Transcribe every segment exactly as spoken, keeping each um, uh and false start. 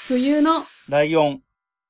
冬のライオン。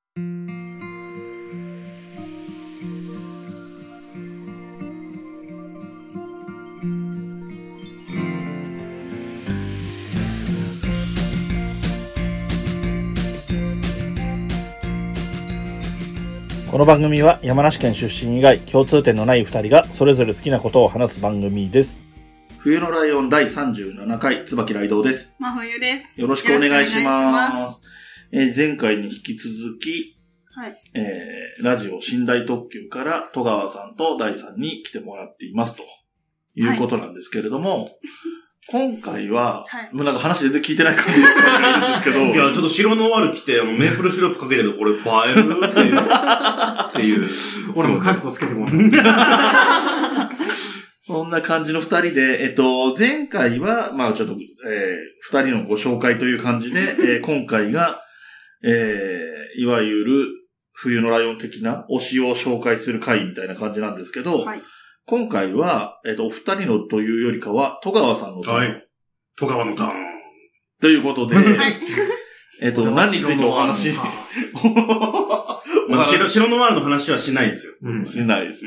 この番組は山梨県出身以外共通点のない二人がそれぞれ好きなことを話す番組です。冬のライオンだいさんじゅうななかい、椿雷道です。 真冬です。 よろしくお願いします。えー、前回に引き続き、 はい、 えー、ラジオ寝台特急から戸川さんと大さんに来てもらっていますということなんですけれども、はい、今回は、はい、もうなんか話全然聞いてない感じがいるんですけど。 いや、ちょっと白ノワール来て、あの、メープルシロップかけてるとこれ映えるっていう。っていう。 俺もカクトつけてもらった。 そんな感じの二人で、えっと、前回は、まあちょっと、えー、二人のご紹介という感じで、えー、今回が、えー、いわゆる冬のライオン的な推しを紹介する回みたいな感じなんですけど、はい、今回は、えっと、お二人のというよりかは、戸川さんのターン。はい。 戸川のターン。 ということで、 はい、 えっと、何についてお話しまあ、白、白ノワールの話はしないですよ。 うん。しないです。 うん。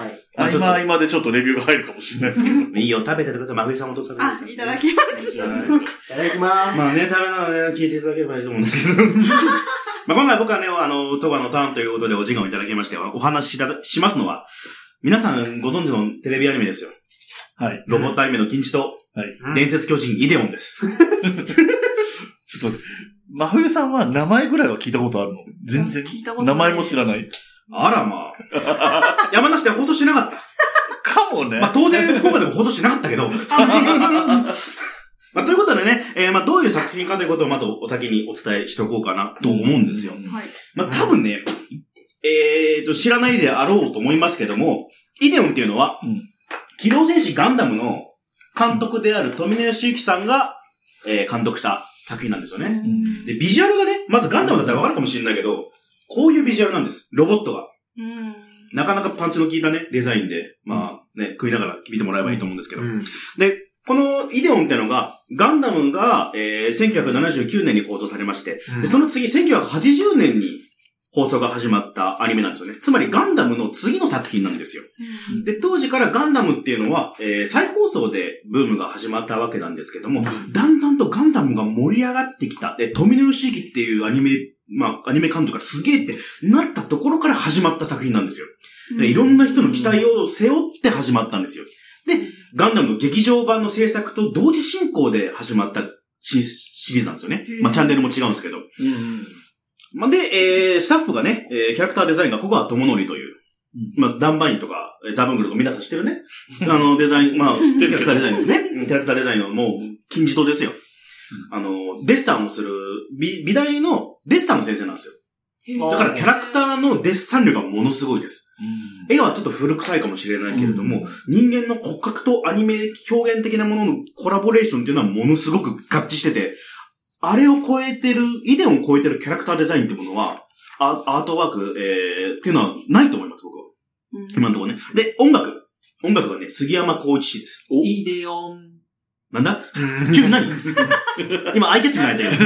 はい。 今、今でちょっとレビューが入るかもしれないですけど。 いいよ、食べててください。真冬さんもと食べてください。 あ、いただきます。 いただきます。 まあね、食べながら聞いていただければいいと思うんですけど。まあ今回僕はね、あの、戸川のターンということでお時間をいただきまして、お話しいただ、しますのは、皆さんご存知のテレビアニメですよ。 はい。 ロボットアニメの金字塔。はい。伝説巨人イデオンです。 ちょっと、真冬さんは名前ぐらいは聞いたことあるの？全然。聞いたことない。名前も知らない。 あらまあ。山梨では放送してなかった。 かもね。 まあ当然福岡でも放送してなかったけど。まあということでね、えー、まあどういう作品かということをまずお先にお伝えしておこうかなと思うんですよ。うん、はい。まあ多分ね、えーと、知らないであろうと思いますけども、イデオンっていうのは、うん、機動戦士ガンダムの監督である富野義行さんが、えー、監督した作品なんですよね。で、ビジュアルがね、まずガンダムだったらわかるかもしれないけど、こういうビジュアルなんです。ロボットが。うんなかなかパンチの効いたね、デザインで、まあね、食いながら見てもらえばいいと思うんですけど。うん、で、このイデオンってのが、ガンダムが、えー、せんきゅうひゃくななじゅうきゅうねんに放送されまして、うん、でその次せんきゅうひゃくはちじゅうねんに放送が始まったアニメなんですよね。つまりガンダムの次の作品なんですよ。うん、で、当時からガンダムっていうのは、えー、再放送でブームが始まったわけなんですけども、うん、だんだんとガンダムが盛り上がってきた。で、富野義行っていうアニメ、まあ、アニメ監督がすげえってなったところから始まった作品なんですよ。でいろんな人の期待を背負って始まったんですよ。で、ガンダムの劇場版の制作と同時進行で始まったシリーズなんですよね。まあ、チャンネルも違うんですけど。うんまあ、で、えー、スタッフがね、えー、キャラクターデザインが小川智則という、うん、まあ、ダンバインとか、ザブングルとか皆さん知ってるね。あの、デザイン、まあ、キャラクターデザインですね。キャラクターデザインのもう、金字塔ですよ。あの、デッサンをする、美、美大のデッサンの先生なんですよ。だからキャラクターのデッサン量がものすごいです。うん、絵はちょっと古臭いかもしれないけれども、うん、人間の骨格とアニメ表現的なもののコラボレーションっていうのはものすごく合致してて、あれを超えてる、イデオンを超えてるキャラクターデザインってものは、アートワーク、えー、っていうのはないと思います、僕は。うん、今のところね。で、音楽。音楽はね、杉山浩一氏です。 イデオン。 なんだ急に何今、アイキャッチみたいなやつ。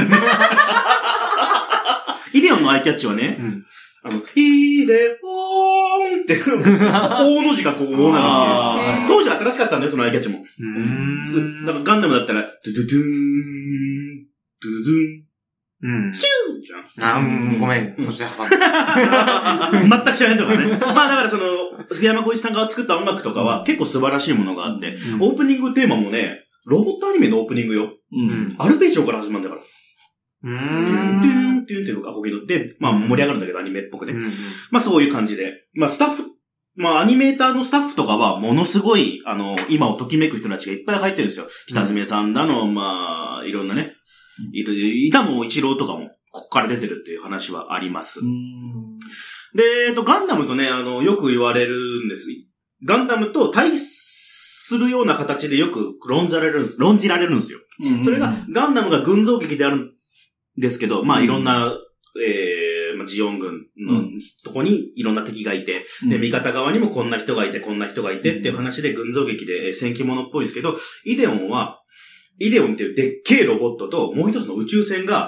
イデオンのアイキャッチはね、うん、あの、イデオーンって、大の字がこう、こうなるっていう。当時は新しかったんだよ、そのアイキャッチも。うーん。なんかガンダムだったら、ドゥドゥドゥーン、ドゥドゥドゥン、うん、シューじゃん。 あ、うん、ごめん、途中で挟んだ。 全く知らないとかね。まあだからその、杉山浩一さんが作った音楽とかは結構素晴らしいものがあって、うん、オープニングテーマもね、ロボットアニメのオープニングよ。うん。アルペジオから始まるんだから。うーん。トゥーン、トゥーンっていうのがアホゲドって、まあ盛り上がるんだけど、アニメっぽくね。うん、まあそういう感じで。まあスタッフ、まあアニメーターのスタッフとかはものすごい、あの、今をときめく人たちがいっぱい入ってるんですよ。北爪さんだの、まあ、いろんなね。いる、板野一郎とかも、ここから出てるっていう話はあります。うんで、えっと、ガンダムとね、あの、よく言われるんです。ガンダムと対するような形でよく論じられる、論じられるんですよ。うん、それが、ガンダムが群像劇であるんですけど、まあ、いろんな、えー、ジオン軍のとこにいろんな敵がいて、うん、で、味方側にもこんな人がいて、こんな人がいてっていう話で群像劇で戦記物っぽいですけど、イデオンは、イデオンっていうでっけえロボットと、もう一つの宇宙船が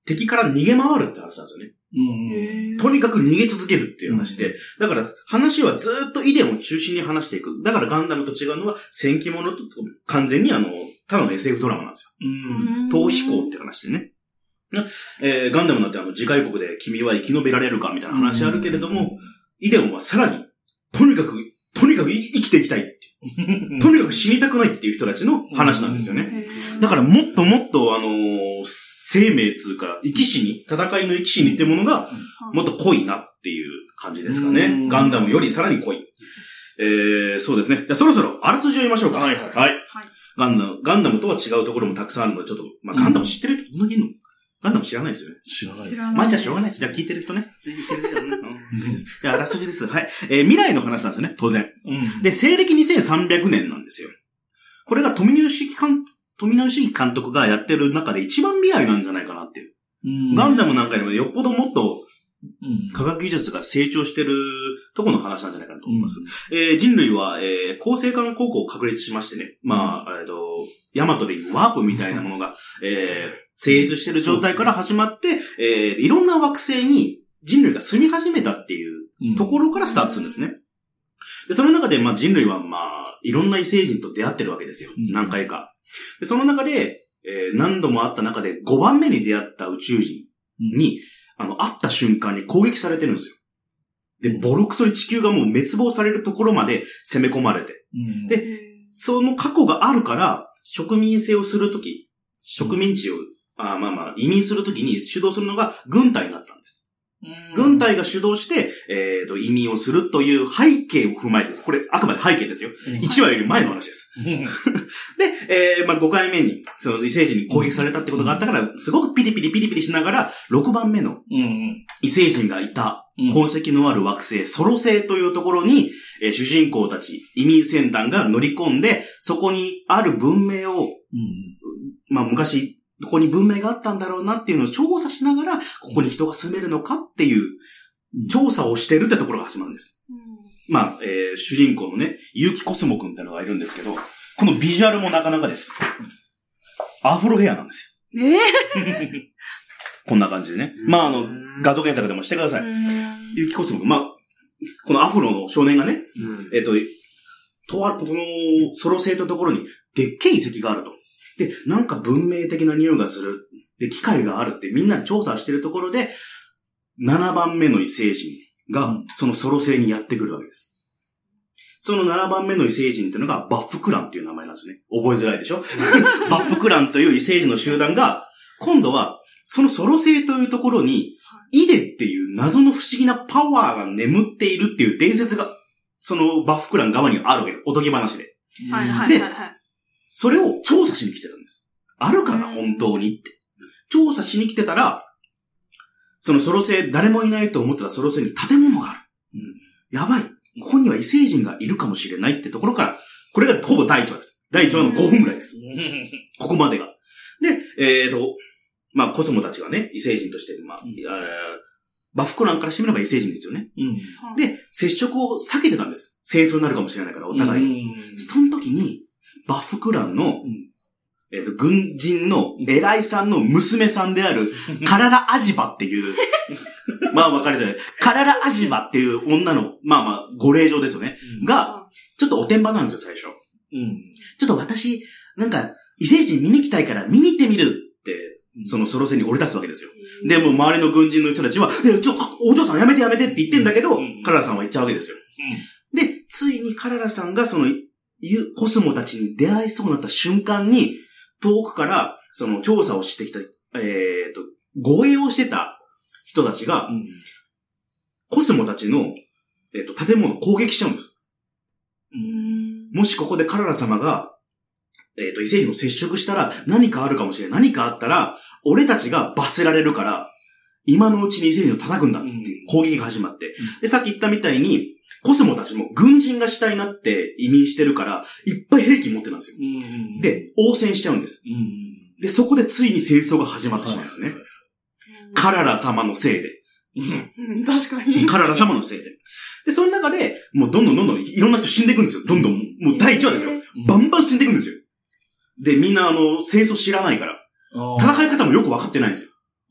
敵から逃げ回るって話なんですよね。うん、とにかく逃げ続けるっていう話で、うん、だから話はずっとイデオンを中心に話していく。だからガンダムと違うのは戦記物と完全にあの、ただの エスエフ ドラマなんですよ。うん、逃避行って話でね。えー、ガンダムなんてあの次回国で君は生き延びられるかみたいな話あるけれども、うん、イデオンはさらに、とにかく、とにかく生きていきたいって。とにかく死にたくないっていう人たちの話なんですよね。だからもっともっとあのー、生命つうか、生き死に、戦いの生き死にっていうものが、もっと濃いなっていう感じですかね。ガンダムよりさらに濃い。えー、そうですね。じゃあそろそろあらすじを言いましょうか。はいはい。はい。はい、ガンダム、ガンダムとは違うところもたくさんあるので、ちょっと、まあ、ガンダム知ってる人どんだけいるの？ガンダム知らないですよね。 知らない。 知らない。まあ、じゃあしょうがないです。じゃあ聞いてる人ね。じゃああらすじです。はい。えー、未来の話なんですよね、当然。うん、で、西暦にせんさんびゃくねんなんですよ。これが富野義行監督、富野義行監督がやってる中で一番未来なんじゃないかなっていう。うん、ガンダムなんかでもよっぽどもっと科学技術が成長してるとこの話なんじゃないかなと思います。うん、えー、人類は、えー、恒星間高校を確立しましてね。まあ、えっと、ヤマトでいうワープみたいなものが、えー、成立してる状態から始まって、えー、いろんな惑星に人類が住み始めたっていうところからスタートするんですね。で、その中で、まあ人類は、まあ、いろんな異星人と出会ってるわけですよ。何回か。で、その中で、えー、何度も会った中でごばんめに出会った宇宙人に、うん、あの、会った瞬間に攻撃されてるんですよ。で、ボロクソに地球がもう滅亡されるところまで攻め込まれて。うん、で、その過去があるから、植民制をするとき、植民地を、あまあまあ、移民するときに主導するのが軍隊になったんです。軍隊が主導して、えっと、移民をするという背景を踏まえて、これ、あくまで背景ですよ。いちわより前の話です。で、えー、まあ、ごかいめに、その異星人に攻撃されたってことがあったから、すごくピリピリピリピリしながら、ろくばんめの異星人がいた痕跡のある惑星、ソロ星というところに、えー、主人公たち、移民船団が乗り込んで、そこにある文明を、まあ、昔、どこに文明があったんだろうなっていうのを調査しながら、ここに人が住めるのかっていう、調査をしてるってところが始まるんです。うん、まあ、えー、主人公のね、結城コスモくんってのがいるんですけど、このビジュアルもなかなかです。アフロヘアなんですよ。えー、こんな感じでね。まあ、あの、画像検索でもしてください。結城コスモくん。まあ、このアフロの少年がね、うん、えっと、とある、この、ソロ星というところに、でっけえ遺跡があると。で、なんか文明的な匂いがする。で、機械があるってみんなで調査してるところで、ななばんめの異星人がそのソロ星にやってくるわけです。そのななばんめの異星人っていうのがバッフクランっていう名前なんですよね。覚えづらいでしょバッフクランという異星人の集団が、今度はそのソロ星というところに、イデっていう謎の不思議なパワーが眠っているっていう伝説が、そのバッフクラン側にあるわけです。おとぎ話で。はいはいはい、はい。で、それを調査しに来てたんです。あるかな、本当にって。調査しに来てたら、そのソロ星、誰もいないと思ってたソロ星に建物がある。うん、やばい。ここには異星人がいるかもしれないってところから、これがほぼだいいちわです。だいいちわのごふんぐらいです。ここまでが。で、えーと、まあ、コスモたちがね、異星人として、まあ、うん、バフクランからしてみれば異星人ですよね。うん、で、接触を避けてたんです。戦争になるかもしれないから、お互いに。うん、その時に、バフクランの、うん、えっと、軍人の偉いさんの娘さんである、カララ・アジバっていう、まあわかるじゃない。カララ・アジバっていう女の、まあまあ、ご令嬢ですよね。うん、が、ちょっとおてんばなんですよ、最初。うん、ちょっと私、なんか、異星人見に来たいから見に行ってみるって、そのソロ戦に降り立つわけですよ。うん、でも周りの軍人の人たちは、え、ちょ、お嬢さんやめてやめてって言ってんだけど、うん、カララさんは言っちゃうわけですよ。うん、で、ついにカララさんがその、コスモたちに出会いそうになった瞬間に、遠くから、その調査をしてきた、えっと、護衛をしてた人たちが、うん、コスモたちの、えっと、建物を攻撃しちゃうんです。うん、もしここでカララ様が、えっと、異星人と接触したら何かあるかもしれない。何かあったら、俺たちが罰せられるから、今のうちに異星人を叩くんだっていう攻撃が始まって。うん、で、さっき言ったみたいに、コスモたちも軍人が主体になって移民してるから、いっぱい兵器持ってたんですよ。うんうん、で、応戦しちゃうんです、うんうん。で、そこでついに戦争が始まってしまうんですね。はいはいはい、カララ様のせいで。 うん、確かに。 カララ様のせいで。で、その中で、もうどんどんどんどんいろんな人死んでいくんですよ。どんどん。もうだいいちわですよ。バンバン死んでいくんですよ。で、みんなあの、戦争知らないから。戦い方もよくわかってないんですよ。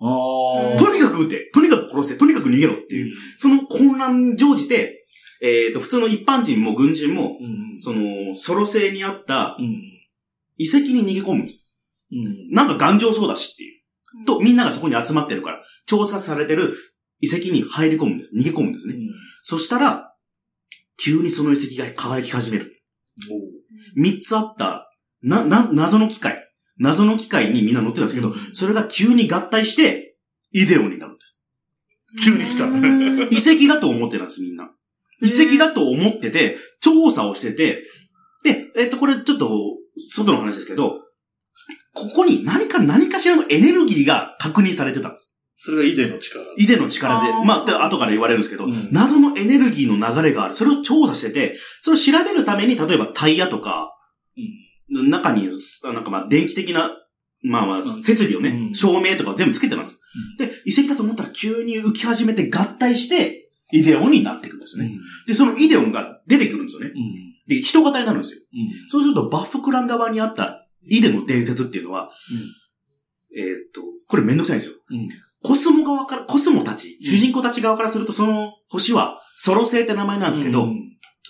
とにかく撃て、とにかく殺せ、とにかく逃げろっていう、うん、その混乱に乗じて、えっと、普通の一般人も軍人も、うん、その、ソロ星にあった遺跡に逃げ込むんです。うん、なんか頑丈そうだしっていう。うん、と、みんながそこに集まってるから、調査されてる遺跡に入り込むんです。逃げ込むんですね。うん、そしたら、急にその遺跡が輝き始める。三つあった、な、な、謎の機械。謎の機械にみんな乗ってるんですけど、うん、それが急に合体して、イデオンになるんです。 急に来た。 遺跡だと思ってたんです、みんな。遺跡だと思ってて、調査をしてて、で、えっと、これちょっと、外の話ですけど、ここに何か何かしらのエネルギーが確認されてたんです。 それがイデの力。 イデの力で、あまあ、後から言われるんですけど、うん、謎のエネルギーの流れがある。それを調査してて、それを調べるために、例えばタイヤとか、うん、中に、なんかまあ、電気的な、まあまあ、設備をね、うん、照明とか全部つけてます。うん、で、遺跡だと思ったら急に浮き始めて合体して、イデオンになってくるんですよね。うん、で、そのイデオンが出てくるんですよね。うん、で、人型になるんですよ。うん、そうすると、バッフクラン側にあったイデの伝説っていうのは、うん、えー、っと、これめんどくさいんですよ。うん、コスモ側から、コスモたち、主人公たち側からすると、その星はソロ星って名前なんですけど、うん、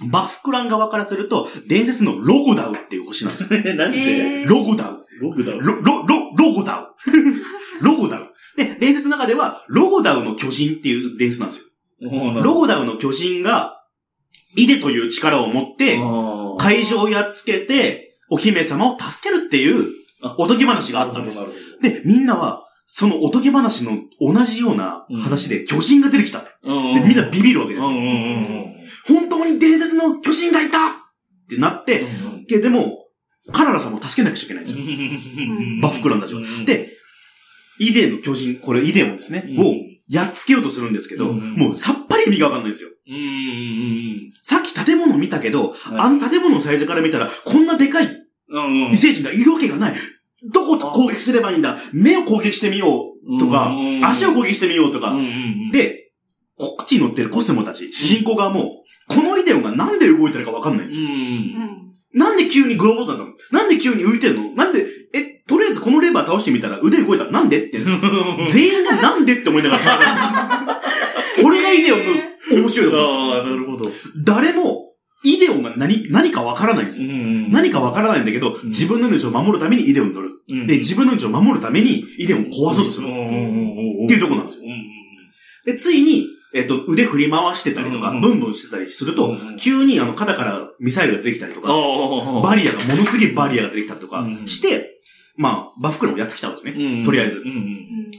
バッフクラン側からすると、伝説のロゴダウっていう星なんですよ。 なんでロゴダウ。 ロゴダウ。 ロ、ロ、ロ、ロゴダウ。ロゴダウ。で、伝説の中では、ロゴダウの巨人っていう伝説なんですよ。ロゴダウの巨人が、イデという力を持って、海上をやっつけて、お姫様を助けるっていう、おとぎ話があったんです。で、みんなは、そのおとぎ話の同じような話で巨人が出てきた。うん、でみんなビビるわけですよ。うんうんうん、本当に伝説の巨人がいたってなって、うんうん、でも、カララさんも助けなきゃいけないんですよ。バッフクランたちは。で、イデの巨人、これイデオンですね、うん、をやっつけようとするんですけど、うんうん、もうさっぱり意味がわかんないんですよ。うんうんうん、さっき建物見たけど、はい、あの建物のサイズから見たら、こんなでかい異星人がいるわけがない。どこ攻撃すればいいんだ、目を攻撃してみようとか、足を攻撃してみようとか、うんうん、で、こっちに乗ってるコスモたち、主人公側も、このイデオンがなんで動いてるかわかんないんですよ。うんうん、なんで急にグローボタンなの？なんで急に浮いてるの？なんで、え、とりあえずこのレバー倒してみたら腕動いたらなんでって。全員がなんでって思いながら。これがイデオンの面白いところですよ。 ああ、なるほど。 誰も、イデオンが何、何かわからないんですよ。うんうん、何かわからないんだけど、うん、自分の命を守るためにイデオンに乗る。うん、で、自分の命を守るためにイデオンを壊そうとする。うん、っていうところなんですよ。うん、で、ついに、えっと、腕振り回してたりとか、うん、ブンブンしてたりすると、うん、急にあの肩からミサイルが出てきたりとか、うん、バリアが、ものすげえバリアが出てきたりとかして、うん、まあ、バフクランをやってきたんですね。うん、とりあえず、うん。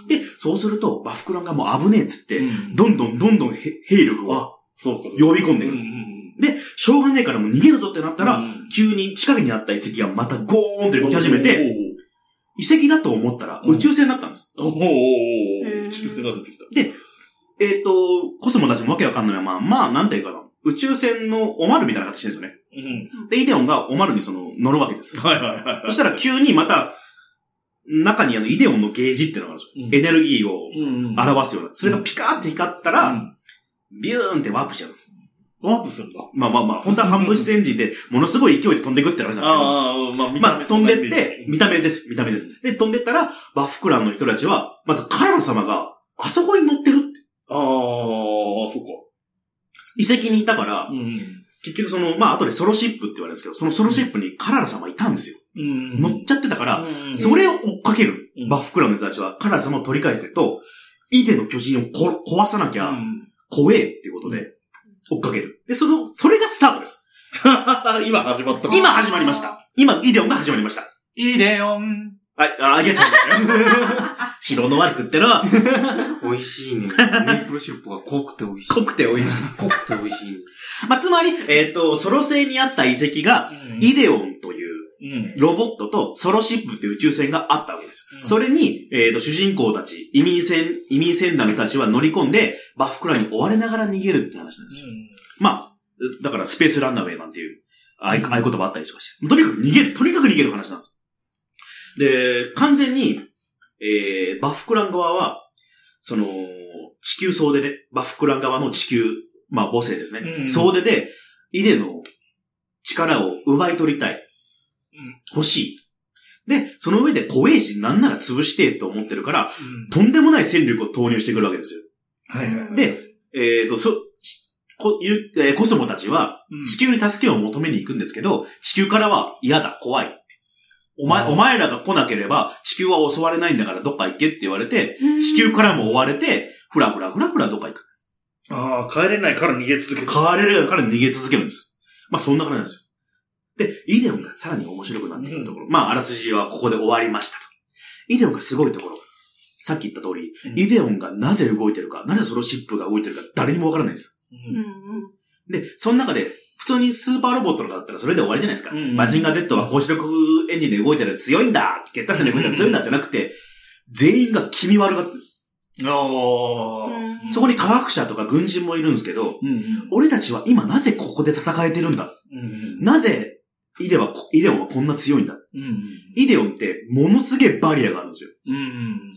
で、そうすると、バフクランがもう危ねえっつって、うん、どんどんどんどん兵力を呼び込んでいくんです。で、しょうがねえからもう逃げるぞってなったら、うん、急に近くにあった遺跡がまたゴーンって動き始めて、遺跡だと思ったら宇宙船だったんです。 おーおーおー宇宙船が出てきた。 で、えっ、ー、と、コスモたちもわけわかんないのは、まあ、まあ、なんていうかな。宇宙船のおまるみたいな形ですよね。うん、で、イデオンがおまるにその、乗るわけです。 はいはいはい。 そしたら急にまた、中にあの、イデオンのゲージっていうのがあるんですよ。うん、エネルギーを表すような。それがピカーって光ったら、うん、ビューンってワープしちゃうんです。 ワープするんだ。 まあまあまあ、本当は半分室エンジンで、ものすごい勢いで飛んでいくって話なんですけど。 ああ、まあ見た目。まあ、飛んでって、見た目です。見た目です。で、飛んでったら、バッフクランの人たちは、まずカララ様が、あそこに乗ってるって。 ああ、そっか。 遺跡にいたから、うん、結局その、まあ後でソロシップって言われるんですけど、そのソロシップにカララ様いたんですよ。うん、乗っちゃってたから、うん、それを追っかける、うん、バッフクランの人たちはカララ様を取り返せと、イデの巨人をこ壊さなきゃ、怖えっていうことで、追っかける。で、その、それがスタートです。 今始まった。 今始まりました。今、イデオンが始まりました。 イデオン。 はい、あ、あげちゃうんですね。白の悪くってのは、 美味しいね。メープルシロップが濃くて美味しい。 濃くて美味しい。 濃くて美味しい。 まあ、つまり、えっと、ソロ星にあった遺跡が、うん、イデオンというロボットとソロシップっていう宇宙船があったわけですよ。うん、それに、えっと、主人公たち、移民船、移民船団たちは乗り込んで、バッフクランに追われながら逃げるって話なんですよ。うん、まあ、だからスペースランナーウェイなんていう、ああいう言葉あったりとかして。とにかく逃げる、とにかく逃げる話なんです。で、完全に、えー、バフクラン側は、その、地球総出で、バフクラン側の地球、まあ母星ですね。うん、総出で、イデの力を奪い取りたい。うん、欲しい。 で、その上で怖えし、なんなら潰してと思ってるから、うん、とんでもない戦力を投入してくるわけですよ。 はいはい。 で、えっと、そ、こ、ゆ、えー、コスモたちは、地球に助けを求めに行くんですけど、地球からは嫌だ、怖い。お前、お前らが来なければ、地球は襲われないんだからどっか行けって言われて、地球からも追われて、ふらふらふらふらどっか行く。 ああ、帰れないから逃げ続ける。 帰れないから逃げ続けるんです。まあそんな感じなんですよ。で、イデオンがさらに面白くなってくるところ。うん、まあ、あらすじはここで終わりましたと。イデオンがすごいところ。さっき言った通り、うん、イデオンがなぜ動いてるか、なぜソロシップが動いてるか、誰にもわからないんです。うんうん、で、その中で、普通にスーパーロボットとかだったらそれで終わりじゃないですか。うんうん、マジンガー Z は高出力エンジンで動いてる強いんだ血達線で動いてる強いんだじゃなくて、全員が気味悪がってるんです。おー。そこに科学者とか軍人もいるんですけど、うんうん、俺たちは今なぜここで戦えてるんだ、うんうん、なぜイデは、イデオンはこんな強いんだ。うんうん、イデオンってものすげえバリアがあるんですよ。うんうん、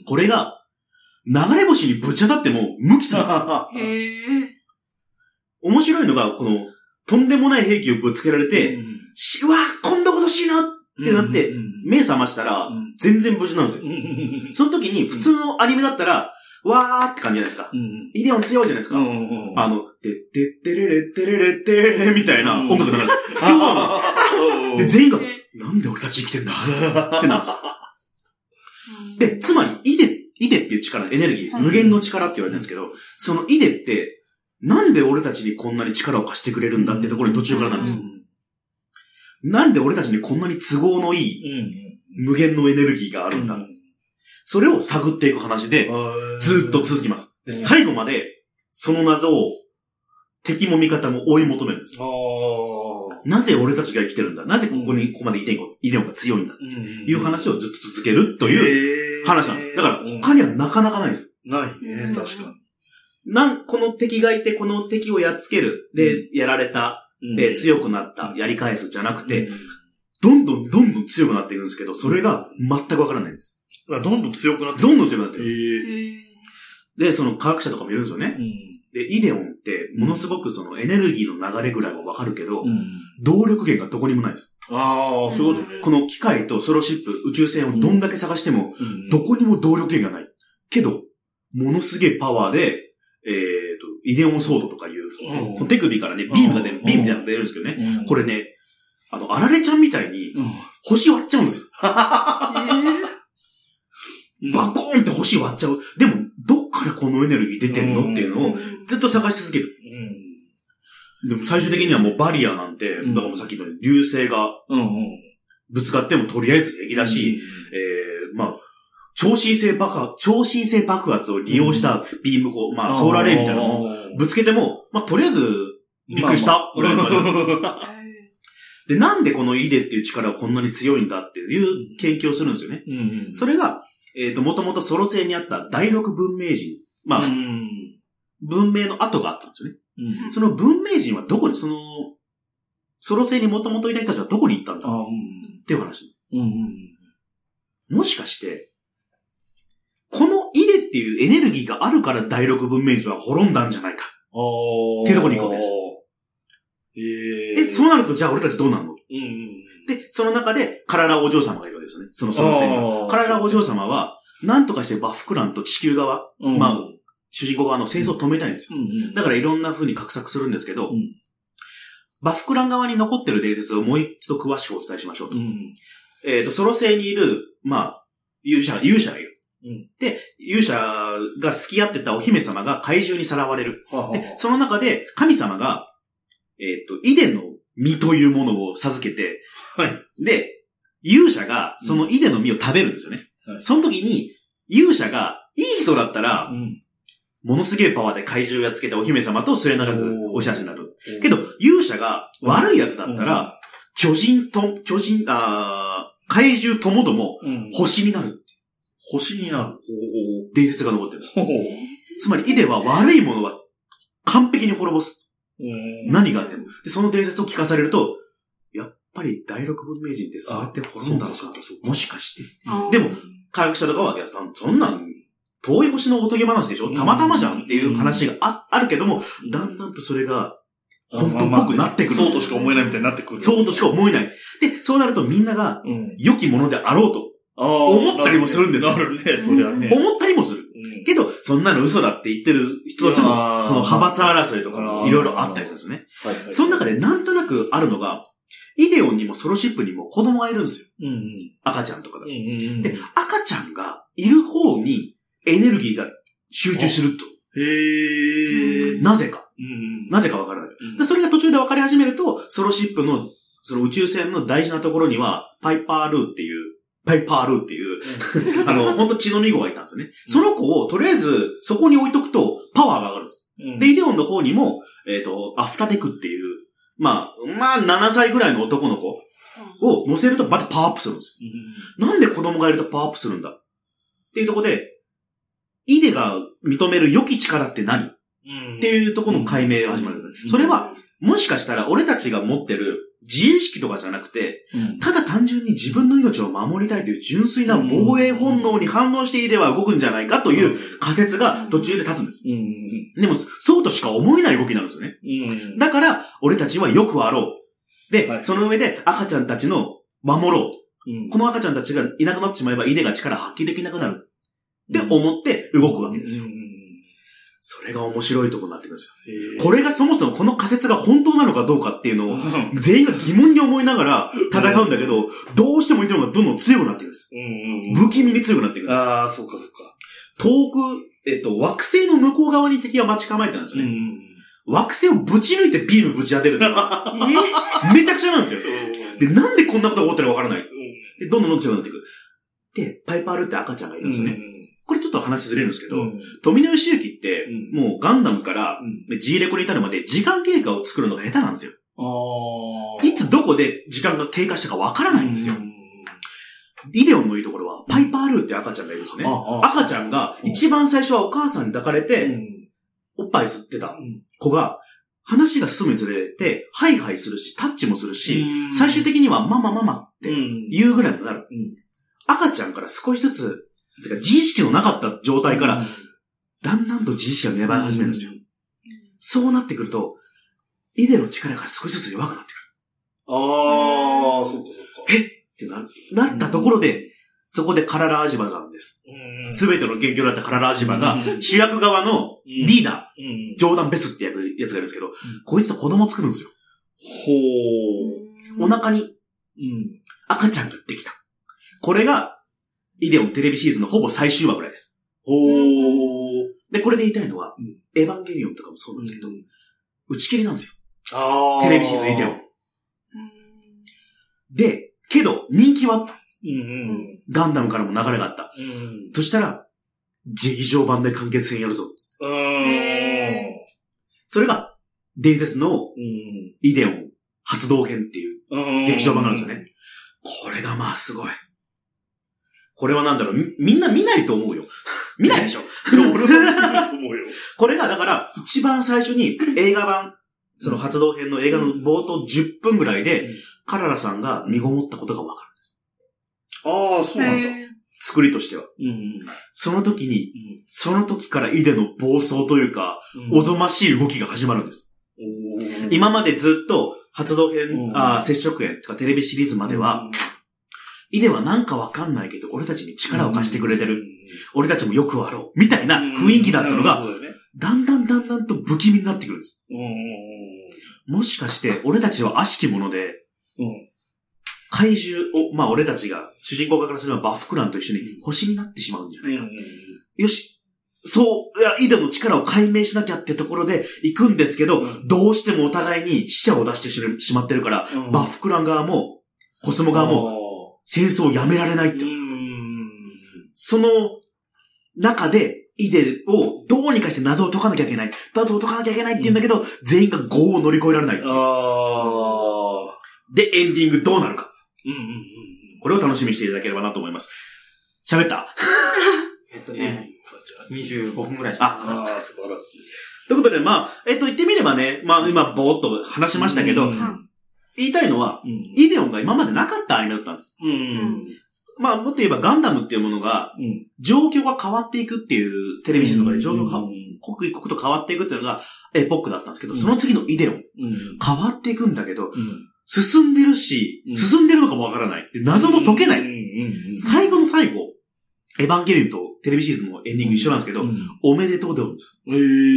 これが流れ星にぶち当たっても無傷なんですよ。へー。面白いのが、このとんでもない兵器をぶつけられて、うんうん、しうわこんなことしいなってなって、うんうんうん、目覚ましたら、全然無事なんですよ。うんうん、その時に普通のアニメだったら、わーって感じじゃないですか。うん、イデオン強いじゃないですか。うんうんうん、あの、てってってれれってれれってれれみたいな音楽流れて、うん、で、全員が、なんで俺たち生きてんだってなるんです。で、つまり、イデ、イデっていう力、エネルギー、無限の力って言われてるんですけど、そのイデって、なんで俺たちにこんなに力を貸してくれるんだってところに途中からなんです。うん、なんで俺たちにこんなに都合のいい無限のエネルギーがあるんだ。うん、それを探っていく話で、ずっと続きます。で、最後まで、その謎を敵も味方も追い求めるんです。なぜ俺たちが生きてるんだ、なぜここにここまでイデオンが強いんだっていう話をずっと続けるという話なんです。だから他にはなかなかないです。 ないね、確かに。 なん、この敵がいて、この敵をやっつける。で、やられた。で、強くなった。やり返すじゃなくて、どんどんどんどん強くなっていくんですけど、それが全くわからないんです。 どんどん強くなってどんどん強くなってるんです。で、その科学者とかもいるんですよね。で、イデオンって、ものすごくそのエネルギーの流れぐらいはわかるけど、動力源がどこにもないです。 ああ、そういうことね。 この機械とソロシップ、宇宙船をどんだけ探しても、どこにも動力源がない。けど、ものすげえパワーで、えっと、イデオンソードとかいう、うん、手首からね、ビームが出る、ビームみたいなのが出るんですけどね、うん、これね、あの、あられちゃんみたいに、星割っちゃうんですよ。えー、バコーンって星割っちゃう。でも、どっからこのエネルギー出てんのっていうのをずっと探し続ける。うん、でも最終的にはもうバリアなんて、うん、だからもうさっきの流星が、ぶつかってもとりあえず平気だし、うん、えー、まあ、超新星爆発、超新星爆発を利用したビーム砲、うん、まあ、ソーラーレイみたいなのをぶつけても、まあ、とりあえず、びっくりした。ぐらいの感じで、なんでこのイデっていう力はこんなに強いんだっていう研究をするんですよね。うんうん、それが、えっと、もともとソロ星にあった第六文明人。まあ、うん、文明の跡があったんですよね。うん、その文明人はどこに、その、ソロ星にもともといた人たちはどこに行ったんだ、うん、っていう話、うんうん。もしかして、このイデっていうエネルギーがあるから第六文明人は滅んだんじゃないか。っていうところに行くわけです。えー、で、そうなるとじゃあ俺たちどうなるの、うんうん、で、その中でカララお嬢様がいるわけですよね。そのその線が。カララお嬢様は、なんとかしてバフクランと地球側、うん、まあ、主人公側の戦争を止めたいんですよ。うんうん、だからいろんな風に画策するんですけど、うん、バフクラン側に残ってる伝説をもう一度詳しくお伝えしましょうと。うん、えっと、ソロ星にいる、まあ、勇者、勇者がいる。うん、で、勇者が好き合ってたお姫様が怪獣にさらわれる。はははで、その中で神様が、えっと、イデの実というものを授けて、はい。で、勇者がそのイデの実を食べるんですよね。はい、その時に、勇者がいい人だったら、うん、ものすげえパワーで怪獣をやっつけてお姫様と末永くお幸せになる。けど、勇者が悪いやつだったら、うん、巨人と、巨人、あ怪獣ともども星になる。 星になる。 伝説が残ってるんです。つまり、イデは悪いものは完璧に滅ぼす。何があっても。で、その伝説を聞かされると、やっぱり第六文明人ってそうやって滅んだのか。もしかして。でも、科学者とかは、いや、そんなん、遠い星のおとぎ話でしょたまたまじゃんっていう話が あ, あるけども、だんだんとそれが本当っぽくなってくる。 そうとしか思えないみたいになってくる。 そうとしか思えない。で、そうなるとみんなが、良きものであろうと、思ったりもするんですよ。 なるね、そりゃね。 思ったりもする。けど、そんなの嘘だって言ってる人たちも、その派閥争いとかもいろいろあったりするんですよね。はいはい、その中でなんとなくあるのが、イデオンにもソロシップにも子供がいるんですよ。うんうん、赤ちゃんとかが、うんうん。で、赤ちゃんがいる方にエネルギーが集中すると。へー。なぜか。うん、なぜかわからない、うんで。それが途中で分かり始めると、ソロシップの、その宇宙船の大事なところには、パイパールーっていう、パイパールーっていう、うん、あの、ほんと血のみ子がいたんですよね。うん、その子を、とりあえず、そこに置いとくと、パワーが上がるんです。うん、で、イデオンの方にも、えっと、アフタテクっていう、まあ、まあ、ななさいぐらいの男の子を乗せるとまたパワーアップするんですよ。うん、なんで子供がいるとパワーアップするんだっていうところで、イデが認める良き力って何、うん、っていうところの解明が始まるんです、うん、それは、もしかしたら俺たちが持ってる自意識とかじゃなくて、うん、ただ単純に自分の命を守りたいという純粋な防衛本能に反応してイデは動くんじゃないかという仮説が途中で立つんです。うん、でも、そうとしか思えない動きなんですよね。うん、だから、俺たちはよくあろう。で、はい、その上で赤ちゃんたちの守ろう、うん。この赤ちゃんたちがいなくなってしまえばイデが力発揮できなくなる。って思って動くわけですよ。うん、それが面白いところになってくるんですよ。これがそもそもこの仮説が本当なのかどうかっていうのを全員が疑問に思いながら戦うんだけど、どうしてもイデオンがどんどん強くなっていくんです。不気味に強くなっていくんです。ああ、そうかそうか。遠く、えっと、惑星の向こう側に敵が待ち構えてるんですよね。うん、惑星をぶち抜いてビームぶち当てるんですよ。めちゃくちゃなんですよ。で、なんでこんなことが起こってるかわからない。で、どんどんどんどん強くなっていく。で、パイパールって赤ちゃんがいるんですよね。うんこれちょっと話ずれるんですけど、うん、富野義行って、うん、もうガンダムから、うん、G レコに至るまで時間経過を作るのが下手なんですよ。あいつどこで時間が経過したかわからないんですよ。うん、イデオンのいいところは、パイパールーって赤ちゃんがいるんですよね。うん、赤ちゃんが一番最初はお母さんに抱かれて、うん、おっぱい吸ってた子が、話が進むにつれて、ハイハイするし、タッチもするし、うん、最終的にはママママって言うぐらいになる。うん、赤ちゃんから少しずつ、てか自意識のなかった状態から、だんだんと自意識が芽生え始めるんですよ。うん、そうなってくると、イデの力が少しずつ弱くなってくる。ああ、そっかそっか。えってな、なったところで、そこでカララアジバなんです。すべての元凶だったカララアジバが、主役側のリーダー、ジョーダン・ベスってやつがいるんですけど、こいつと子供を作るんですよ。ほー。お腹に、赤ちゃんができた。これが、イデオンテレビシーズンのほぼ最終話ぐらいです。ほー。で、これで言いたいのは、うん、エヴァンゲリオンとかもそうなんですけど、うん、打ち切りなんですよ。あー。テレビシーズンイデオン。で、けど、人気はあったんです。うんうん、ガンダムからも流れがあった。うん、としたら、劇場版で完結編やるぞ。うん、それが、デイゼスのイデオン発動編っていう劇場版なんですよね。これがまあすごい。これはなんだろう、み、みんな見ないと思うよ。見ないでしょ俺は見ないと思うよ。これがだから、一番最初に映画版、その発動編の映画の冒頭じゅっぷんぐらいで、うん、カララさんが身ごもったことがわかるんです。ああ、そうなんだ。作りとしては。うんうん、その時に、うん、その時からイデの暴走というか、うん、おぞましい動きが始まるんです。今までずっと発動編、うん、あ接触編とかテレビシリーズまでは、うんイデはなんかわかんないけど、俺たちに力を貸してくれてる。うん、俺たちもよくあろう。みたいな雰囲気だったのが、うんね、だんだんだんだんと不気味になってくるんです。うん、もしかして、俺たちは悪しきもので、うん、怪獣を、まあ俺たちが、主人公側からすればバフクランと一緒に星になってしまうんじゃないか。うん、よし。そう、いや、イデの力を解明しなきゃってところで行くんですけど、うん、どうしてもお互いに死者を出してしまってるから、うん、バフクラン側も、コスモ側も、戦争をやめられないって。その中で、イデをどうにかして謎を解かなきゃいけない。謎を解かなきゃいけないって言うんだけど、うん、全員が業を乗り越えられない。あで、エンディングどうなるか。うんうんうん、これを楽しみにしていただければなと思います。喋ったえっとね、にじゅうごふんぐらいしか。 ああ、素晴らしい。ということで、まあ、えっと、言ってみればね、まあ、今、ぼーっと話しましたけど、うんうん言いたいのは、うん、イデオンが今までなかったアニメだったんです。うんうん、まあ、もっと言えばガンダムっていうものが、うん、状況が変わっていくっていうテレビシリーズとかで状況が、うん、 刻一刻と変わっていくっていうのがエポックだったんですけど、うん、その次のイデオン、うん、変わっていくんだけど、うん、進んでるし、うん、進んでるのかもわからないって謎も解けない、うんうんうん。最後の最後、エヴァンゲリオンとテレビシリーズのエンディング一緒なんですけど、うん、おめでとうで終わるんです。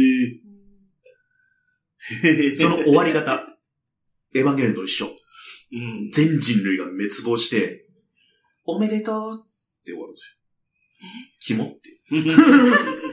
へーその終わり方、エヴァンゲリオンと一緒。うん、全人類が滅亡して、おめでとうって終わるんですよ。キモって。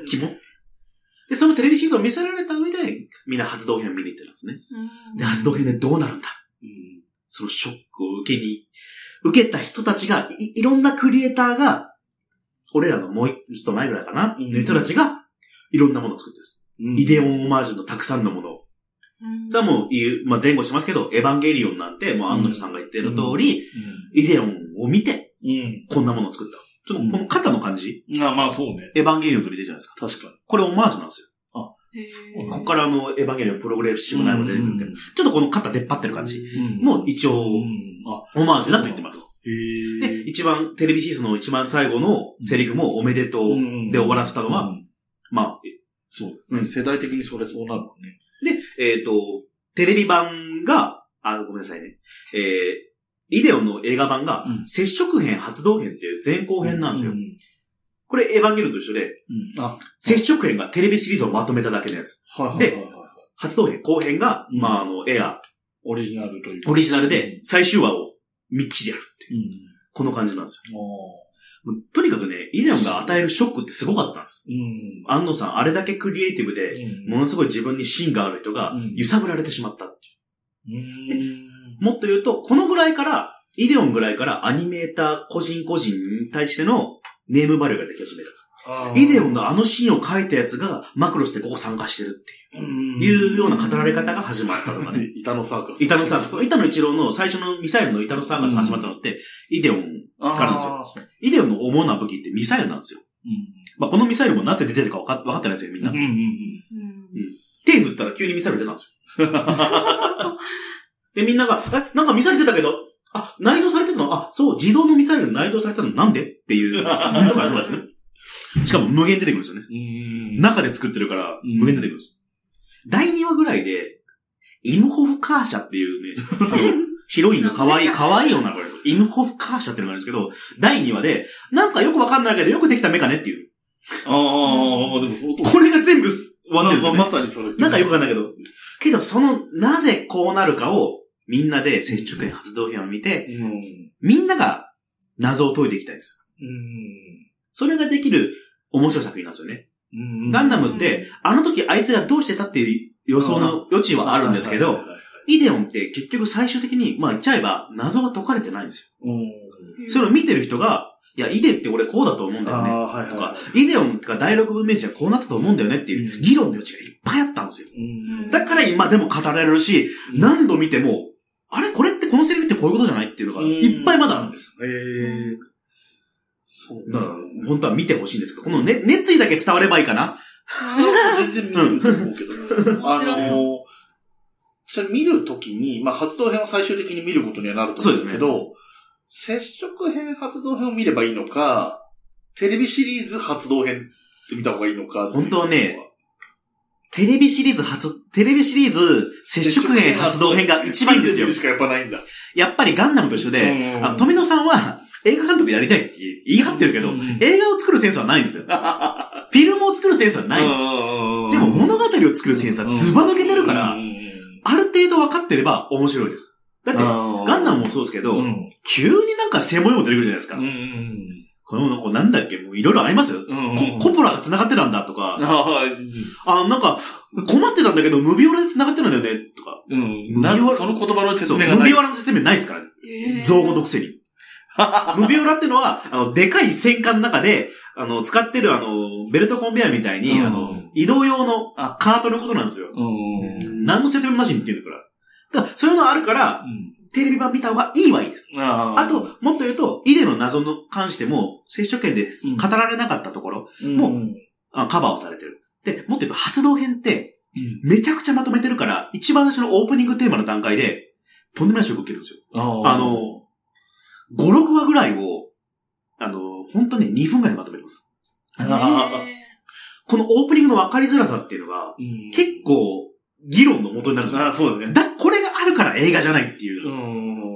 キモで、そのテレビシリーズを見せられた上で、みんな発動編を見に行ってたんですね。で、発動編でどうなるんだ、うん、そのショックを受けに、受けた人たちがい、いろんなクリエイターが、俺らのもう一度前ぐらいかな、うん、の人たちが、いろんなものを作ってるんです。うん、イデオンオマージュのたくさんのものを。うん、それはもう言う、まあ、前後しますけど、エヴァンゲリオンなんて、もう安野さんが言ってる通り、うん、イデオンを見て、うん、こんなものを作った。ちょっとこの肩の感じ、 うん、あまあそうね。 エヴァンゲリオンと似てるじゃないですか。確かに。これオマージュなんですよ。あ、へーここからあの、エヴァンゲリオンプログレッシブなので出てくるけど、うん、ちょっとこの肩出っ張ってる感じも一応、うん、オマージュだと言ってます。へーで、一番、テレビシリーズの一番最後のセリフもおめでとうで終わらせたのは、うん、まあ、 そう、うん。世代的にそれそうなるもんね。 で、えっと、テレビ版が、あ、ごめんなさいね。えー、イデオンの映画版が、うん、接触編、発動編っていう前後編なんですよ。うんうん、これ、エヴァンゲリオンと一緒で、うん、あ接触編がテレビシリーズをまとめただけのやつ。はいはいはいはい、で、発動編、後編が、うん、まあ、あの、エア。 オリジナルという。 オリジナルで、最終話をみっちりやるっていう。うん、この感じなんですよ。とにかくね、イデオンが与えるショックってすごかったんです。うん、安野さん、あれだけクリエイティブで、ものすごい自分に芯がある人が、揺さぶられてしまったっていう。うん、もっと言うと、このぐらいから、イデオンぐらいからアニメーター個人個人に対してのネームバリューができ始めた。イデオンがあのシーンを書いたやつが、マクロスでここ参加してるっていう、いうような語られ方が始まったのがね。 板野サーカス。 板野サーカス。板野一郎の最初のミサイルの板野サーカスが始まったのって、イデオンからなんですよ。イデオンの主な武器ってミサイルなんですよ。うん、まあ、このミサイルもなぜ出てるか分か, 分かってないですよ、みんな。うんうんうんうん、手振ったら急にミサイル出たんですよ。で、みんなが、え、なんかミサイル出たけど、あ、内蔵されてたのあ、そう、自動のミサイルが内蔵されたのなんでっていう、とこから始まるんですね。しかも無限出てくるんですよね。うん中で作ってるから、無限出てくるんです。だいにわぐらいで、イムホフ・カーシャっていうね、ヒロインの可愛い、可愛い女の子ですよ。イムホフ・カーシャっていうのがあるんですけど、だいにわで、なんかよくわかんないけど、よくできたメガネっていう。ああ、でも相当。これが全部終わってるんですよね。 まさにそれ。 なんかよくわかんないけど。けど、その、なぜこうなるかを、みんなで接触編発動編を見て、うん、みんなが謎を解いていきたいんですよ。うん、それができる面白い作品なんですよね。うん、ガンダムって、あの時あいつがどうしてたっていう予想の余地はあるんですけど、イデオンって結局最終的に、まあ言っちゃえば謎が解かれてないんですよ。うん、それを見てる人が、いや、イデって俺こうだと思うんだよね。はいはい、とか、イデオンとかだいろく文明史はこうなったと思うんだよねっていう議論の余地がいっぱいあったんですよ。うん、だから今でも語られるし、うん、何度見ても、あれこれってこのセリフってこういうことじゃないっていうのがいっぱいまだあるんです。へー。そう。だから、本当は見てほしいんですけど、このね、熱意だけ伝わればいいかな。 全然見ると思うけど。あのー、それ見るときに、まあ発動編を最終的に見ることにはなると思うんですけど、接触編発動編を見ればいいのか、テレビシリーズ発動編って見た方がいいのか。 本当はね、テレビシリーズ発、テレビシリーズ接触編発動編が一番いいんですよ。 しかやっぱないんだ。 やっぱりガンダムと一緒で、あの、富野さんは映画監督やりたいって言い張ってるけど、映画を作るセンスはないんですよ。フィルムを作るセンスはないんです。でも物語を作るセンスはズバ抜けてるから、ある程度分かってれば面白いです。だって、ガンダムもそうですけど、急になんか専門用語出てくるじゃないですか。この子なんだっけもういろいろありますよ、うんうん、コ, コポラが繋がってたんだとか。ああ、なんか、困ってたんだけど、ムビオラで繋がってるんだよね、とか。うん。 ムビオラ、その言葉の説明がない。 ムビオラの説明ないですからね。えー、造語のくせに。ムビオラってのは、あの、でかい戦艦の中で、あの、使ってるあの、ベルトコンベヤーみたいに、うん、あの、移動用のカートのことなんですよ。うん、何の説明もなしに言ってるから。だから、そういうのあるから、うんテレビ版見た方がいいはいいです。あ, あと、もっと言うと、イデの謎の関しても、接触編で語られなかったところも、うん、カバーをされてる。で、もっと言うと、発動編って、めちゃくちゃまとめてるから、一番最初のオープニングテーマの段階で、とんでもないショックを受けるんですよ。あ, あの、ご、ろくわぐらいを、あの、ほんとね、にふんぐらいでまとめます。 このオープニングの分かりづらさっていうのが、うん、結構、議論の元になるんですよ。 ああ、そうだね。 だ、これがあるから映画じゃないっていう。うん、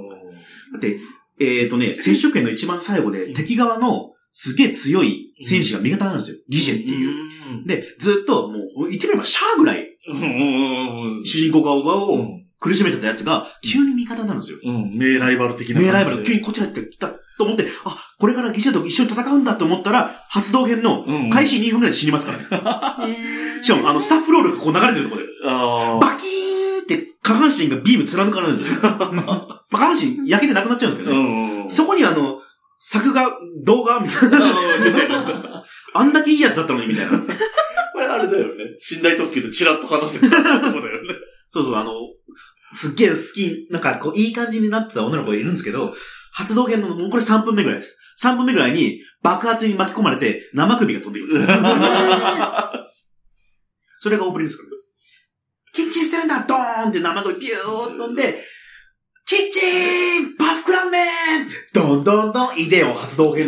だって、えっとね、接触圏の一番最後で、敵側のすげえ強い戦士が味方なんですよ。ギジェっていう。うん、で、ずっともう、言ってみればシャアぐらい、主人公側を苦しめてたやつが、急に味方なんですよ。 うん、名ライバル的な。 名ライバル、急にこっちに来たと思って、あ、これからギジェと一緒に戦うんだと思ったら、発動編の開始にふんくらいで死にますからね。しかも、あの、スタッフロールがこう流れてるところで、バキーンって下半身がビーム貫かれるんですよ。まあ、下半身焼けてなくなっちゃうんですけどね。そこにあの、作画、動画みたいな。あんだけいいやつだったのに、みたいな。 これあれだよね。寝台特急でチラッと話してたとこだよね。 そうそう、あの、すっげえ好き、なんかこう、いい感じになってた女の子がいるんですけど、発動編の、もうこれさんぷんめぐらいです。さんぷんめぐらいに爆発に巻き込まれて生首が飛んでくるんですよ。それがオープニングですから。キッチンしてるんだドーンって生首ピューッ飛んで、キッチンバフクランメンドンドンドンイデオン発動編。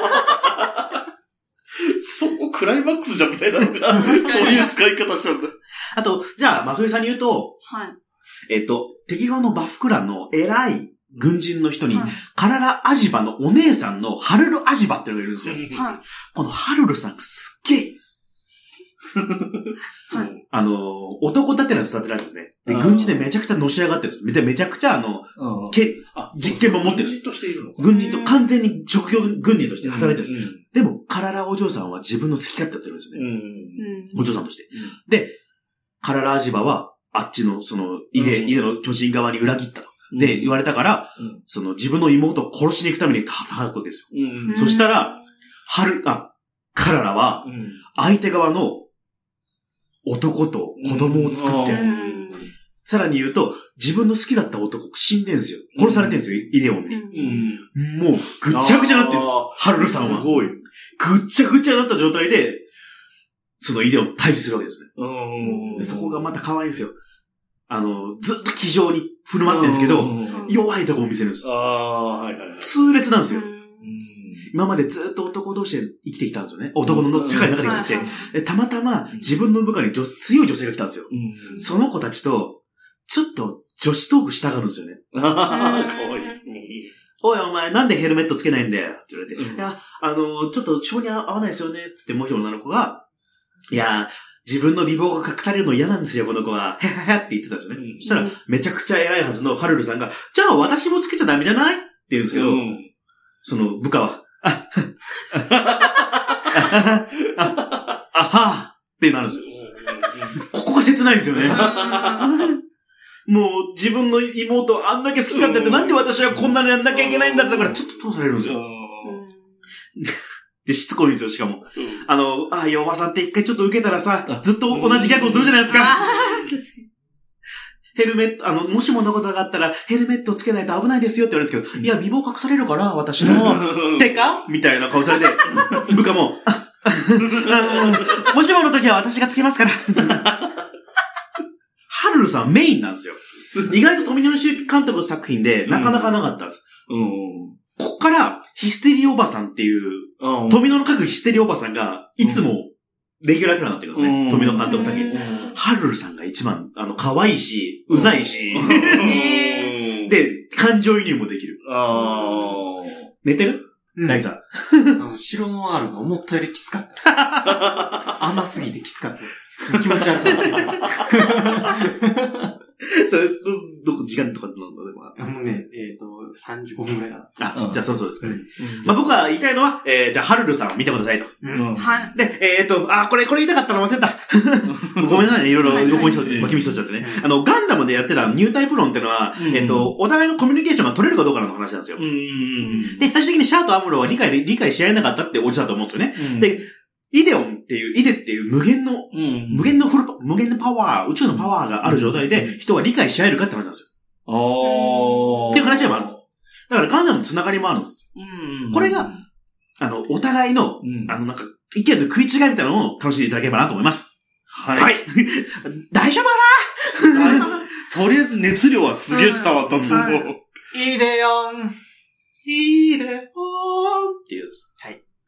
そこクライマックスじゃんみたいなのが、そういう使い方しちゃうんだ。 あと、じゃあ、真冬さんに言うと、 はい。 えっと、敵側のバフクランの偉い軍人の人に、はい、カララ・アジバのお姉さんのハルル・アジバっていうのがいるんですよ。はい、このハルルさんがすっげえいいです。はい、あの、男立てなん育てられるんですね。で、軍人でめちゃくちゃのし上がってるんです。で、めちゃくちゃあの、け実験も持ってるんです。軍人としているのか。軍人と完全に職業軍人として働いてるんです。うんうん、でも、カララお嬢さんは自分の好き勝手やってるんですよね。うん、お嬢さんとして。うん、で、カララ・アジバは、あっちの、その、イデ、イデの巨人側に裏切ったと。で、言われたから、うん、その自分の妹を殺しに行くために戦うわけですよ。うん、そしたら、はる、あ、カララは、相手側の男と子供を作ってる。うん、さらに言うと、自分の好きだった男死んでんすよ。殺されてんすよ、イデオンに。うん、もう、ぐっちゃぐちゃになってんす。ハルルさんは。すごい。ぐっちゃぐちゃになった状態で、そのイデオンを退治するわけですね。でそこがまた可愛いんですよ。あの、ずっと気丈に振る舞ってるんですけど、弱いとこも見せるんです。ああ、はいはいはい。痛烈なんですよ。今までずっと男同士で生きてきたんですよね。男の社会の中で生きてきて、たまたま自分の部下に強い女性が来たんですよ。その子たちと、ちょっと女子トークしたがるんですよね。ああ、かわいい。おいお前なんでヘルメットつけないんだよって言われて、いや、あの、ちょっと性に合わないですよねつってもう一人の女の子が、いや自分の美貌が隠されるの嫌なんですよ、この子は。へははって言ってたんですよね。うん、そしたら、めちゃくちゃ偉いはずのハルルさんが、じゃあ私もつけちゃダメじゃないって言うんですけど、うん、その部下は、あ、あ、あ、あはってなるんですよ。ここが切ないですよね。もう自分の妹あんだけ好きだってなんで私はこんなにやんなきゃいけないんだってだからちょっと通されるんですよ。で、しつこいんですよ、しかも。うん、あの、ああ、いや、おばさんって一回ちょっと受けたらさ、ずっと同じギャグをするじゃないですか。ヘルメット、あの、もしものことがあったら、ヘルメットをつけないと危ないですよって言われるんですけど、うん、いや、美貌隠されるから、私の。てかみたいな顔されて、部下も、あもしもの時は私がつけますから。ハルルさんメインなんですよ。意外と富野義行監督の作品で、なかなかなかったです。うんうんこっから、ヒステリーおばさんっていう、うん、富野の書くヒステリーおばさんが、いつも、レギュラーキャラになってるんですね。うん、富野監督先に。ハルルさんが一番、あの、可愛いし、うざいし、で、感情移入もできる。あ寝てるライさん。白ノワールが思ったよりきつかった。甘すぎてきつかった。気持ち悪かった。 ど、ど、ど、時間とかどうなのあのね、えっ、ー、と、さんじゅうごふんくらいかな。 あ、うん、じゃあそうそうですかね。うん、まあ僕が言いたいのは、えー、じゃあハルルさんを見てくださいと。うん、はい。で、えっ、ー、と、あ、これ、これ言いたかったの忘れた。ごめんなさいね、いろいろ横にしとって、脇見しとっちゃってね。あの、ガンダムでやってたニュータイプ論ってのは、うん、えっ、ー、と、お互いのコミュニケーションが取れるかどうかの話なんですよ。うん、で、最終的にシャアとアムロは理解で、理解し合えなかったっておじさんと思うんですよね。うん、で、イデオンっていう、イデっていう無限の、うん、無限のフル、無限のパワー、宇宙のパワーがある状態で人は理解し合えるかって話なんですよ。あー。っていう話でもあるんです。だからガンダムのつながりもあるんです。うん、これが、あの、お互いの、うん、あの、なんか、意見の食い違いみたいなのを楽しんでいただければなと思います。はい。はい。大丈夫かなとりあえず熱量はすげえ伝わったと思う。 イデオン。 イデオンっていうやつ。はい。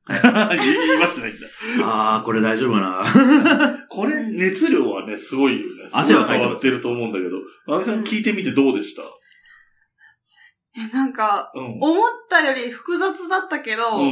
言いましたないんだ。 あー、これ大丈夫かな。 これ、熱量はね、すごいよね。 汗はかいてます伝わってると思うんだけど。あみさん聞いてみてどうでした？ え、なんか、うん、思ったより複雑だったけど、うん、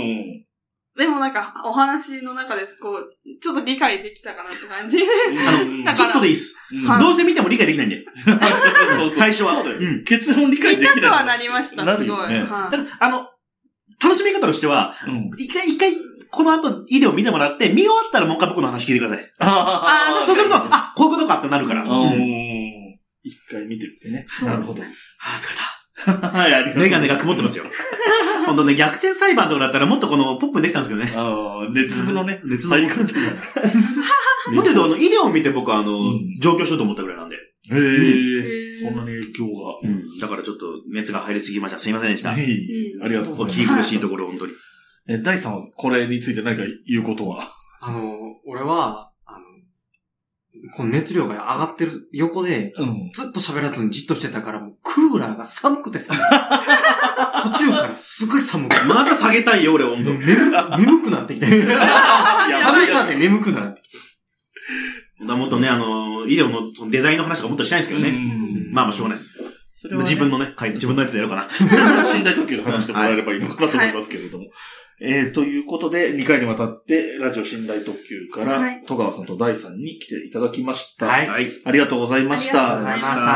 でもなんか、お話の中です、こう、ちょっと理解できたかなって感じ。 あの、ちょっとでいいっす。うん、どうせ見ても理解できないんで。最初は。 そうだよ、うん。結論理解できない。 見たくはなりました、すごい。 ね、はい、あの、楽しみ方としては、うん、一回、一回、この後、イデオ見てもらって、見終わったらもう一回僕の話聞いてください。ああ、そうすると、あ、こういうことかってなるから。 うん、一回見てみてね。なるほど。 ああ、疲れた。はい、ありがとう。メガネが曇ってますよ。ほんとね、逆転裁判とかだったらもっとこのポップにできたんですけどね。 ああ、熱のね、 熱の入り方。もっと言うと、あの、イデオを見て僕はあの、うん、上京しようと思ったぐらいなんで。へえー、そんなに影響が。 うん。だからちょっと熱が入りすぎました。すいませんでした。 ありがとうございます。 お聞き苦しいところ、本当に。 え、大さんはこれについて何か言うことは？ あの、俺は、あの、この熱量が上がってる横で、うん、ずっと喋らずにじっとしてたから、もうクーラーが寒くてさ、途中からすごい寒くて。 まだ下げたいよ、俺温度。 眠、眠くなってきて。寒さで眠くなってきて。 だもっとね、あの、イデオのそのデザインの話がもっとしたいんですけどね。まあまあしょうがないです。それはね、自分のね、自分のやつでやろうかな。 寝台特急の話してもらえればいいのかなと思いますけれども。はいえー、ということで、にかいにわたって、ラジオ寝台特急から、はい、戸川さんと大さんに来ていただきました。はい。ありがとうございました。 ありがとうございました。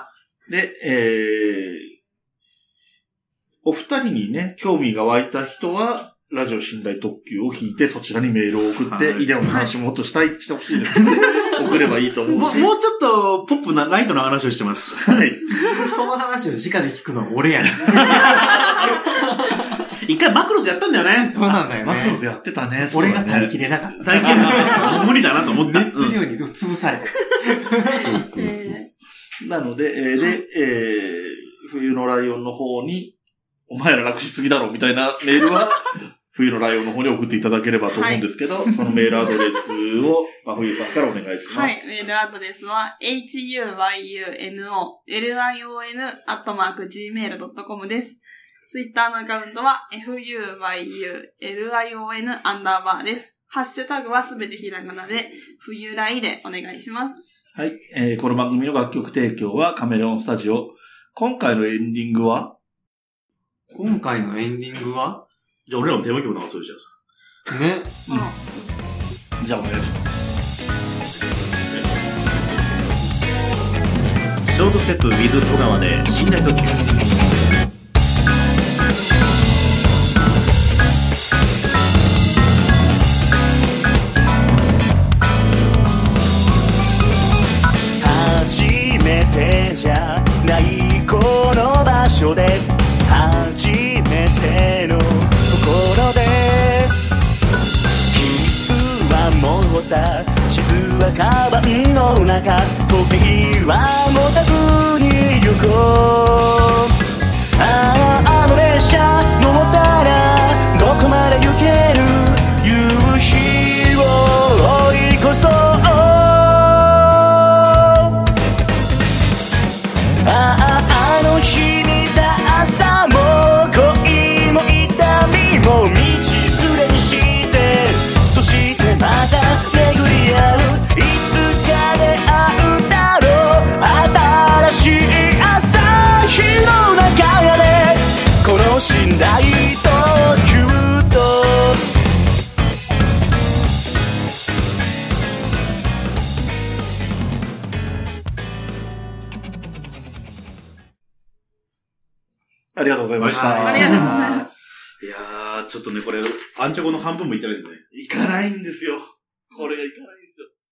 で、えー、お二人にね、興味が湧いた人は、ラジオ寝台特急を聞いて、そちらにメールを送って、はい、イデオの話もっとしたい、してほしいですね。送ればいいと思うもう。もうちょっと、ポップな、ライトな話をしてます。 はい。その話を直で聞くのは俺やね。 一回マクロスやったんだよね。 そうなんだよね。 マクロスやってたね。 俺が耐えきれなかった。 耐えきれなかった。無理だなと思って。 熱量に潰された。 なので、えー、で、えー、冬のライオンの方に、お前ら楽しすぎだろみたいなメールは、冬のライオンの方に送っていただければと思うんですけど、はい、そのメールアドレスを、まあ、冬さんからお願いします。 はい、メールアドレスは、エイチユーワイユーエヌオーエルアイオーエヌ アットマーク ジーメール ドットコム です。ツイッターのアカウントは エフユーワイユーエルアイオーエヌ アンダーバーです。ハッシュタグはすべてひらがなで、冬来でお願いします。 はい、えー。この番組の楽曲提供はカメレオンスタジオ。今回のエンディングは今回のエンディングはじゃあ俺らのテーマ曲流そうじゃん。 ね。 うん。じゃあお願いします。 ショートステップ with 戸川で寝台特急。 じゃないこの場所で初めてのところで皮膚は持った地図はカバンの中時計は持たずに行こうあああの列車乗ったらどこまで行ける夕日を追い越そうああ、あの日見た朝も恋も痛みも道連れにしてそしてまた巡り合ういつかで会うだろう新しい朝日の中でこの寝台特急とありがとうございました。 ありがとうございます。 いやー、ちょっとね、これ、アンチョコの半分もいってないんだね。 いかないんですよ。これがいかないんですよ。